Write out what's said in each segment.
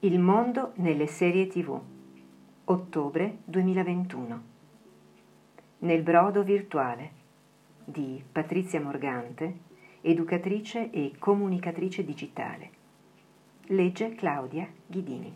Il mondo nelle serie TV. Ottobre 2021. Nel brodo virtuale di Patrizia Morgante, educatrice e comunicatrice digitale. Legge Claudia Ghidini.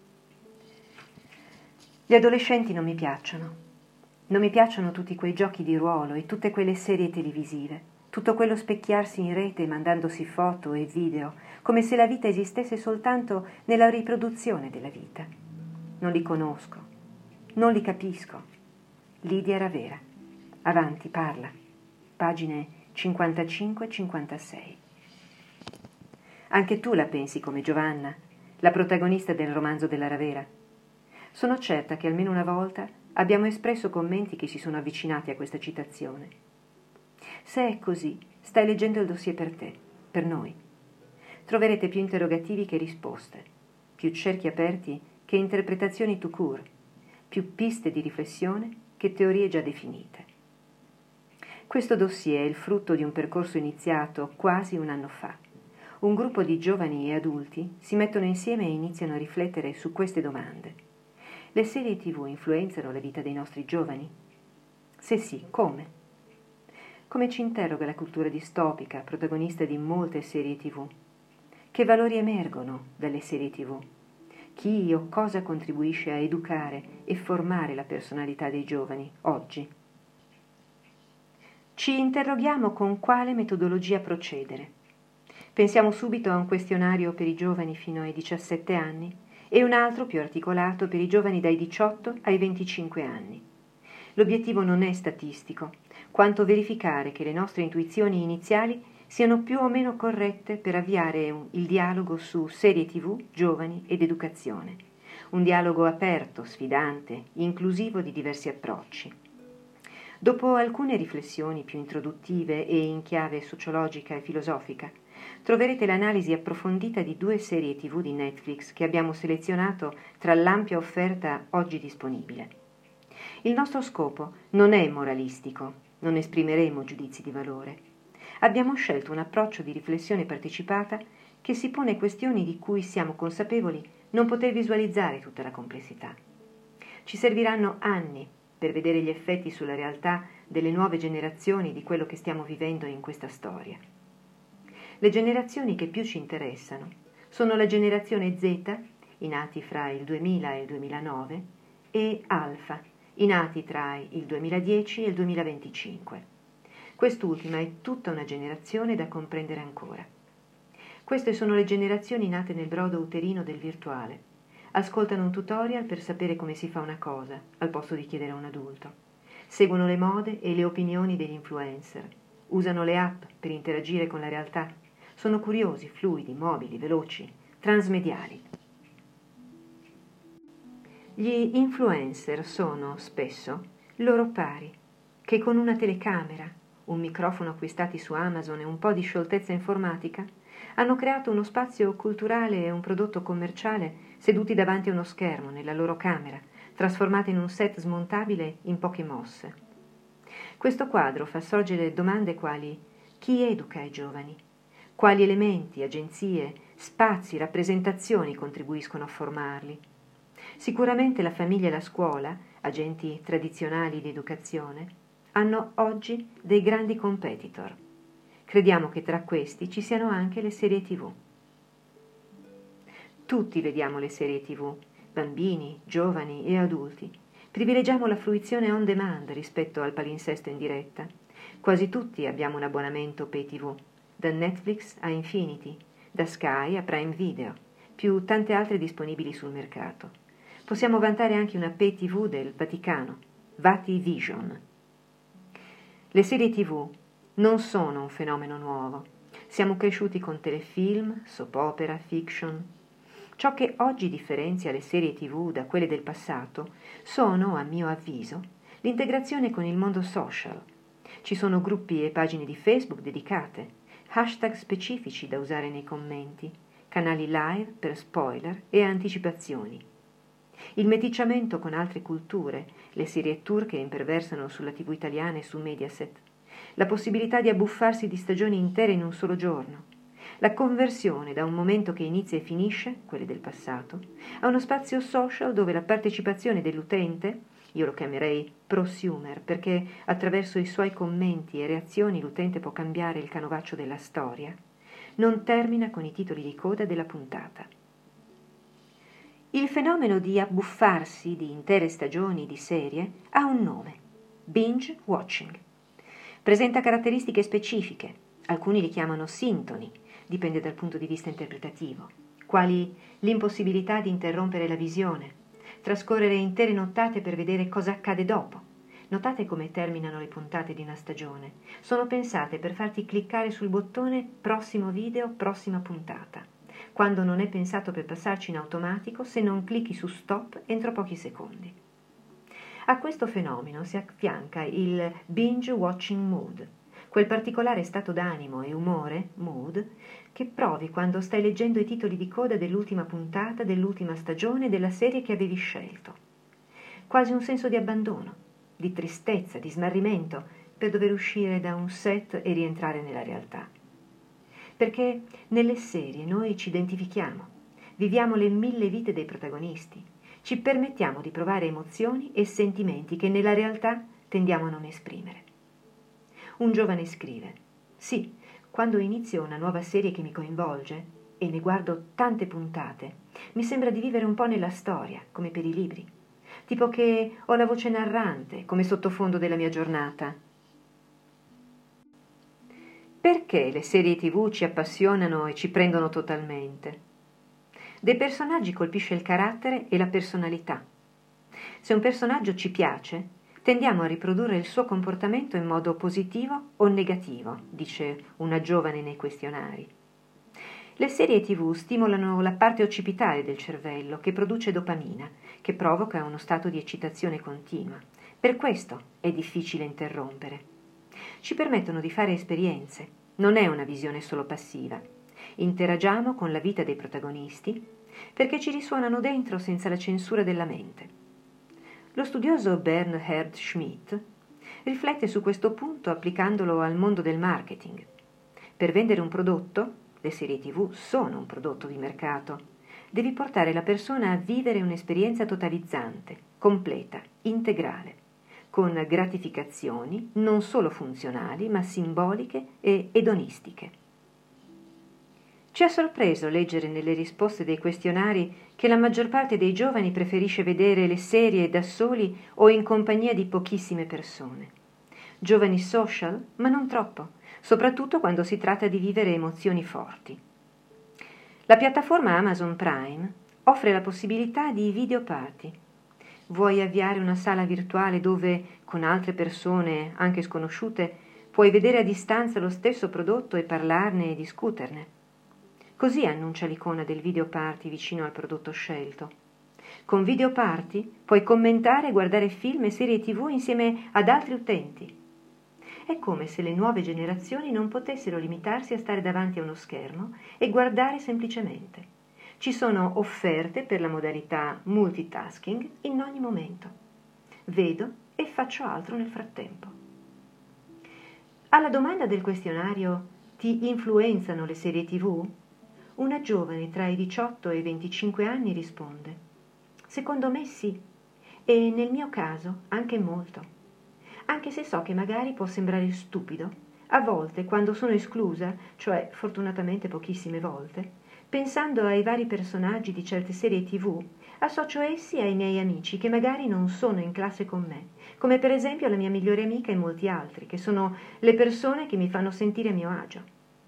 Gli adolescenti non mi piacciono. Non mi piacciono tutti quei giochi di ruolo e tutte quelle serie televisive. Tutto quello specchiarsi in rete mandandosi foto e video, come se la vita esistesse soltanto nella riproduzione della vita. Non li conosco, non li capisco. Lidia Ravera. Avanti, parla. Pagine 55-56. Anche tu la pensi come Giovanna, la protagonista del romanzo della Ravera. Sono certa che almeno una volta abbiamo espresso commenti che si sono avvicinati a questa citazione. Se è così, stai leggendo il dossier per te, per noi. Troverete più interrogativi che risposte, più cerchi aperti che interpretazioni tout court, più piste di riflessione che teorie già definite. Questo dossier è il frutto di un percorso iniziato quasi un anno fa. Un gruppo di giovani e adulti si mettono insieme e iniziano a riflettere su queste domande. Le serie TV influenzano la vita dei nostri giovani? Se sì, come? Come ci interroga la cultura distopica, protagonista di molte serie TV? Che valori emergono dalle serie TV? Chi o cosa contribuisce a educare e formare la personalità dei giovani oggi? Ci interroghiamo con quale metodologia procedere. Pensiamo subito a un questionario per i giovani fino ai 17 anni e un altro più articolato per i giovani dai 18 ai 25 anni. L'obiettivo non è statistico, quanto verificare che le nostre intuizioni iniziali siano più o meno corrette per avviare il dialogo su serie TV, giovani ed educazione. Un dialogo aperto, sfidante, inclusivo di diversi approcci. Dopo alcune riflessioni più introduttive e in chiave sociologica e filosofica, troverete l'analisi approfondita di 2 serie TV di Netflix che abbiamo selezionato tra l'ampia offerta oggi disponibile. Il nostro scopo non è moralistico, non esprimeremo giudizi di valore. Abbiamo scelto un approccio di riflessione partecipata che si pone questioni di cui siamo consapevoli non poter visualizzare tutta la complessità. Ci serviranno anni per vedere gli effetti sulla realtà delle nuove generazioni di quello che stiamo vivendo in questa storia. Le generazioni che più ci interessano sono la generazione Z, i nati fra il 2000 e il 2009, e Alfa, i nati tra il 2010 e il 2025. Quest'ultima è tutta una generazione da comprendere ancora. Queste sono le generazioni nate nel brodo uterino del virtuale. Ascoltano un tutorial per sapere come si fa una cosa, al posto di chiedere a un adulto. Seguono le mode e le opinioni degli influencer. Usano le app per interagire con la realtà. Sono curiosi, fluidi, mobili, veloci, transmediali. Gli influencer sono, spesso, loro pari, che con una telecamera, un microfono acquistati su Amazon e un po' di scioltezza informatica, hanno creato uno spazio culturale e un prodotto commerciale seduti davanti a uno schermo nella loro camera, trasformata in un set smontabile in poche mosse. Questo quadro fa sorgere domande quali: chi educa i giovani? Quali elementi, agenzie, spazi, rappresentazioni contribuiscono a formarli? Sicuramente la famiglia e la scuola, agenti tradizionali di educazione, hanno oggi dei grandi competitor. Crediamo che tra questi ci siano anche le serie TV. Tutti vediamo le serie TV, bambini, giovani e adulti. Privilegiamo la fruizione on demand rispetto al palinsesto in diretta. Quasi tutti abbiamo un abbonamento pay TV, da Netflix a Infinity, da Sky a Prime Video, più tante altre disponibili sul mercato. Possiamo vantare anche una pay TV del Vaticano, Vati Vision. Le serie TV non sono un fenomeno nuovo. Siamo cresciuti con telefilm, soap opera, fiction. Ciò che oggi differenzia le serie TV da quelle del passato sono, a mio avviso, l'integrazione con il mondo social. Ci sono gruppi e pagine di Facebook dedicate, hashtag specifici da usare nei commenti, canali live per spoiler e anticipazioni. Il meticciamento con altre culture, le serie turche imperversano sulla TV italiana e su Mediaset, la possibilità di abbuffarsi di stagioni intere in un solo giorno, la conversione da un momento che inizia e finisce, quelle del passato, a uno spazio social dove la partecipazione dell'utente, io lo chiamerei prosumer, perché attraverso i suoi commenti e reazioni l'utente può cambiare il canovaccio della storia, non termina con i titoli di coda della puntata. Il fenomeno di abbuffarsi di intere stagioni di serie ha un nome: binge watching. Presenta caratteristiche specifiche, alcuni li chiamano sintoni, dipende dal punto di vista interpretativo, quali l'impossibilità di interrompere la visione, trascorrere intere nottate per vedere cosa accade dopo. Notate come terminano le puntate di una stagione. Sono pensate per farti cliccare sul bottone prossimo video, prossima puntata, quando non è pensato per passarci in automatico se non clicchi su stop entro pochi secondi. A questo fenomeno si affianca il binge watching mood, quel particolare stato d'animo e umore, mood, che provi quando stai leggendo i titoli di coda dell'ultima puntata, dell'ultima stagione della serie che avevi scelto. Quasi un senso di abbandono, di tristezza, di smarrimento per dover uscire da un set e rientrare nella realtà. Perché nelle serie noi ci identifichiamo, viviamo le 1000 vite dei protagonisti, ci permettiamo di provare emozioni e sentimenti che nella realtà tendiamo a non esprimere. Un giovane scrive: sì, quando inizio una nuova serie che mi coinvolge e ne guardo tante puntate, mi sembra di vivere un po' nella storia, come per i libri, tipo che ho la voce narrante come sottofondo della mia giornata. Perché le serie TV ci appassionano e ci prendono totalmente? Dei personaggi colpisce il carattere e la personalità. Se un personaggio ci piace, tendiamo a riprodurre il suo comportamento in modo positivo o negativo, dice una giovane nei questionari. Le serie TV stimolano la parte occipitale del cervello che produce dopamina, che provoca uno stato di eccitazione continua. Per questo è difficile interrompere. Ci permettono di fare esperienze, non è una visione solo passiva. Interagiamo con la vita dei protagonisti perché ci risuonano dentro senza la censura della mente. Lo studioso Bernhard Schmidt riflette su questo punto applicandolo al mondo del marketing. Per vendere un prodotto, le serie TV sono un prodotto di mercato. Devi portare la persona a vivere un'esperienza totalizzante, completa, integrale, con gratificazioni non solo funzionali ma simboliche e edonistiche. Ci ha sorpreso leggere nelle risposte dei questionari che la maggior parte dei giovani preferisce vedere le serie da soli o in compagnia di pochissime persone. Giovani social, ma non troppo, soprattutto quando si tratta di vivere emozioni forti. La piattaforma Amazon Prime offre la possibilità di video party. Vuoi avviare una sala virtuale dove, con altre persone, anche sconosciute, puoi vedere a distanza lo stesso prodotto e parlarne e discuterne. Così annuncia l'icona del video party vicino al prodotto scelto. Con video party puoi commentare e guardare film e serie TV insieme ad altri utenti. È come se le nuove generazioni non potessero limitarsi a stare davanti a uno schermo e guardare semplicemente. Ci sono offerte per la modalità multitasking in ogni momento. Vedo e faccio altro nel frattempo. Alla domanda del questionario "Ti influenzano le serie TV?", una giovane tra i 18 e i 25 anni risponde: secondo me sì, e nel mio caso anche molto. Anche se so che magari può sembrare stupido, a volte quando sono esclusa, cioè fortunatamente pochissime volte, pensando ai vari personaggi di certe serie TV, associo essi ai miei amici che magari non sono in classe con me, come per esempio la mia migliore amica e molti altri, che sono le persone che mi fanno sentire a mio agio.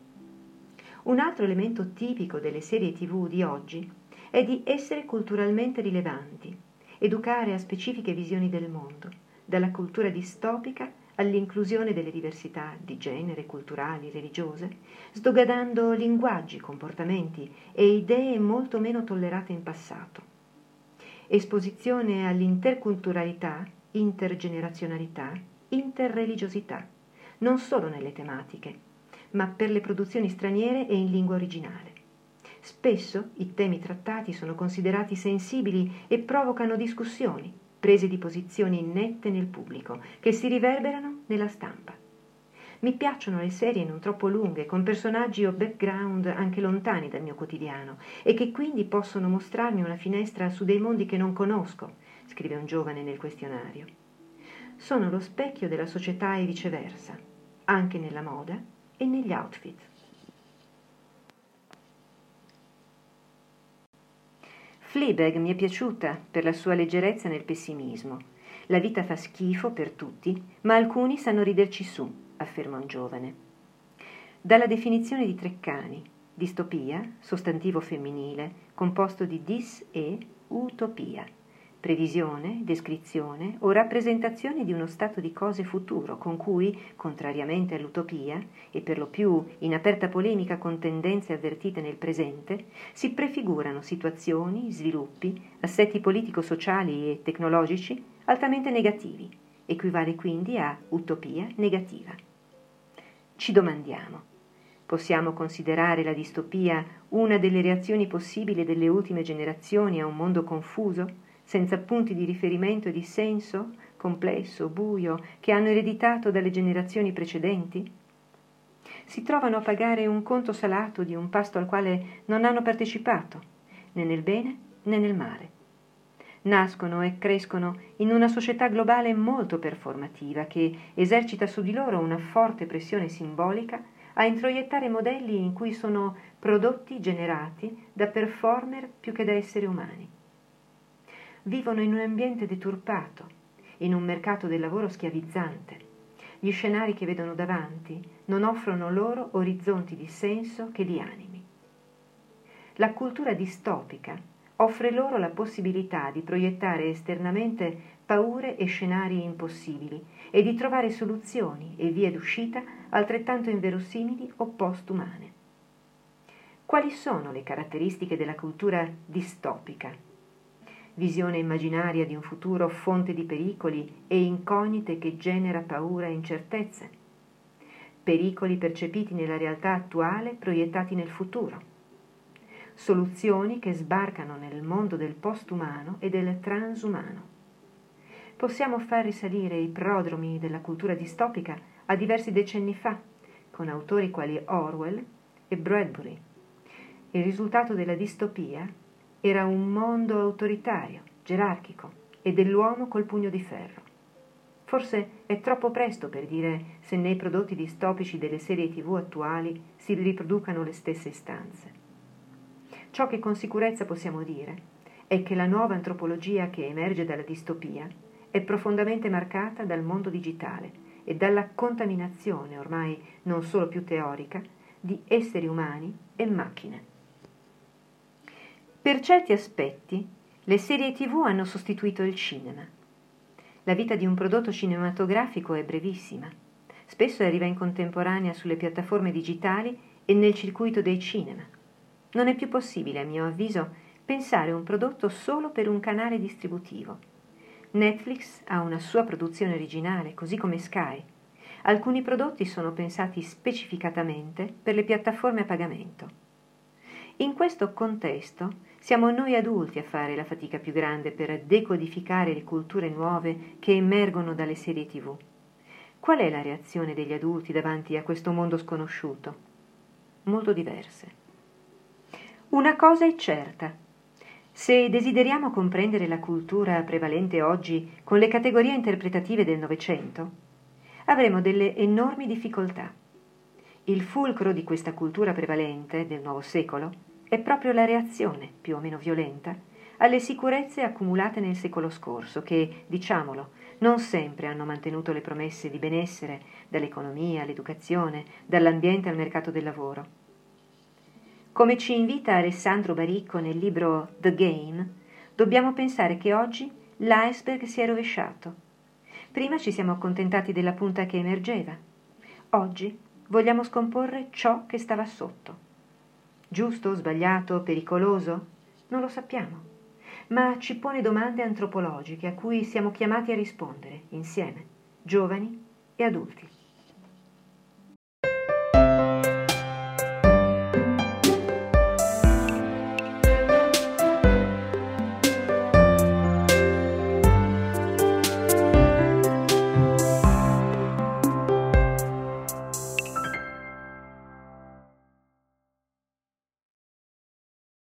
Un altro elemento tipico delle serie TV di oggi è di essere culturalmente rilevanti, educare a specifiche visioni del mondo, dalla cultura distopica all'inclusione delle diversità di genere, culturali, religiose, sdoganando linguaggi, comportamenti e idee molto meno tollerate in passato. Esposizione all'interculturalità, intergenerazionalità, interreligiosità, non solo nelle tematiche, ma per le produzioni straniere e in lingua originale. Spesso i temi trattati sono considerati sensibili e provocano discussioni, prese di posizioni nette nel pubblico, che si riverberano nella stampa. Mi piacciono le serie non troppo lunghe, con personaggi o background anche lontani dal mio quotidiano e che quindi possono mostrarmi una finestra su dei mondi che non conosco, scrive un giovane nel questionario. Sono lo specchio della società e viceversa, anche nella moda e negli outfit. Fleabag mi è piaciuta per la sua leggerezza nel pessimismo. La vita fa schifo per tutti, ma alcuni sanno riderci su, afferma un giovane. Dalla definizione di Treccani, distopia, sostantivo femminile, composto di dis e utopia, previsione, descrizione o rappresentazione di uno stato di cose futuro con cui, contrariamente all'utopia, e per lo più in aperta polemica con tendenze avvertite nel presente, si prefigurano situazioni, sviluppi, assetti politico-sociali e tecnologici altamente negativi, equivale quindi a utopia negativa. Ci domandiamo, possiamo considerare la distopia una delle reazioni possibili delle ultime generazioni a un mondo confuso, senza punti di riferimento e di senso, complesso, buio, che hanno ereditato dalle generazioni precedenti? Si trovano a pagare un conto salato di un pasto al quale non hanno partecipato, né nel bene né nel male. Nascono e crescono in una società globale molto performativa che esercita su di loro una forte pressione simbolica a introiettare modelli in cui sono prodotti generati da performer più che da esseri umani. Vivono in un ambiente deturpato, in un mercato del lavoro schiavizzante. Gli scenari che vedono davanti non offrono loro orizzonti di senso che li animi. La cultura distopica offre loro la possibilità di proiettare esternamente paure e scenari impossibili e di trovare soluzioni e vie d'uscita altrettanto inverosimili o postumane. Quali sono le caratteristiche della cultura distopica? Visione immaginaria di un futuro fonte di pericoli e incognite che genera paura e incertezze. Pericoli percepiti nella realtà attuale proiettati nel futuro. Soluzioni che sbarcano nel mondo del postumano e del transumano. Possiamo far risalire i prodromi della cultura distopica a diversi decenni fa, con autori quali Orwell e Bradbury. Il risultato della distopia era un mondo autoritario, gerarchico e dell'uomo col pugno di ferro. Forse è troppo presto per dire se nei prodotti distopici delle serie TV attuali si riproducano le stesse istanze. Ciò che con sicurezza possiamo dire è che la nuova antropologia che emerge dalla distopia è profondamente marcata dal mondo digitale e dalla contaminazione, ormai non solo più teorica, di esseri umani e macchine. Per certi aspetti, le serie TV hanno sostituito il cinema. La vita di un prodotto cinematografico è brevissima. Spesso arriva in contemporanea sulle piattaforme digitali e nel circuito dei cinema. Non è più possibile, a mio avviso, pensare un prodotto solo per un canale distributivo. Netflix ha una sua produzione originale, così come Sky. Alcuni prodotti sono pensati specificatamente per le piattaforme a pagamento. In questo contesto siamo noi adulti a fare la fatica più grande per decodificare le culture nuove che emergono dalle serie TV. Qual è la reazione degli adulti davanti a questo mondo sconosciuto? Molto diverse. Una cosa è certa. Se desideriamo comprendere la cultura prevalente oggi con le categorie interpretative del Novecento, avremo delle enormi difficoltà. Il fulcro di questa cultura prevalente del nuovo secolo è proprio la reazione, più o meno violenta, alle sicurezze accumulate nel secolo scorso che, diciamolo, non sempre hanno mantenuto le promesse di benessere dall'economia all'educazione, dall'ambiente al mercato del lavoro. Come ci invita Alessandro Baricco nel libro The Game, dobbiamo pensare che oggi l'iceberg si è rovesciato. Prima ci siamo accontentati della punta che emergeva. Oggi vogliamo scomporre ciò che stava sotto. Giusto, sbagliato, pericoloso? Non lo sappiamo, ma ci pone domande antropologiche a cui siamo chiamati a rispondere insieme, giovani e adulti.